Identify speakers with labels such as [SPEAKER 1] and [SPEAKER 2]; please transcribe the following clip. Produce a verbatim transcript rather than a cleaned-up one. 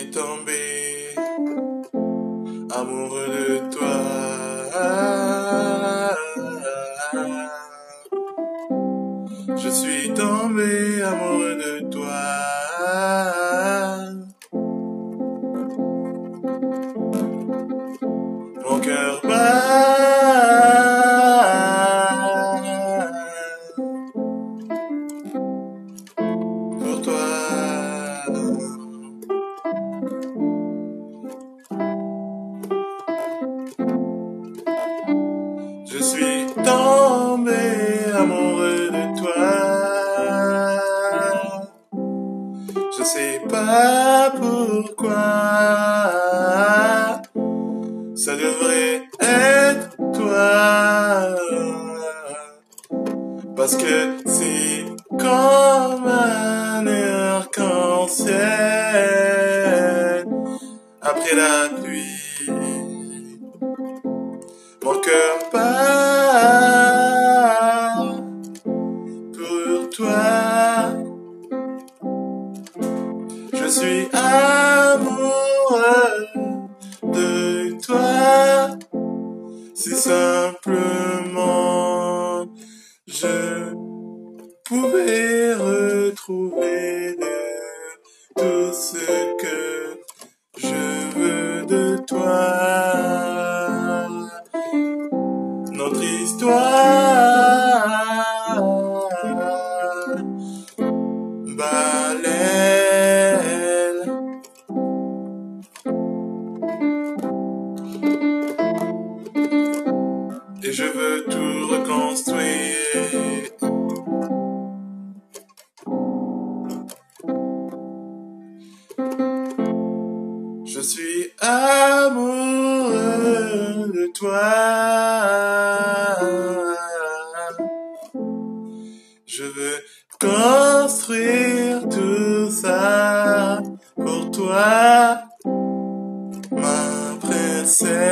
[SPEAKER 1] suis tombé amoureux de toi. Je suis tombé amoureux de toi. Mon cœur bat pour toi. Je suis tombé amoureux de toi. Je sais pas pourquoi. Ça devrait être toi. Parce que c'est comme un arc-en-ciel après la pluie. Mon cœur bat pour toi. Je suis amoureux de toi. Si simplement je pouvais retrouver de tout ce que je veux de toi. Notre histoire balaie et je veux tout reconstruire. Je suis amoureux de toi. Je veux construire tout ça pour toi, ma princesse.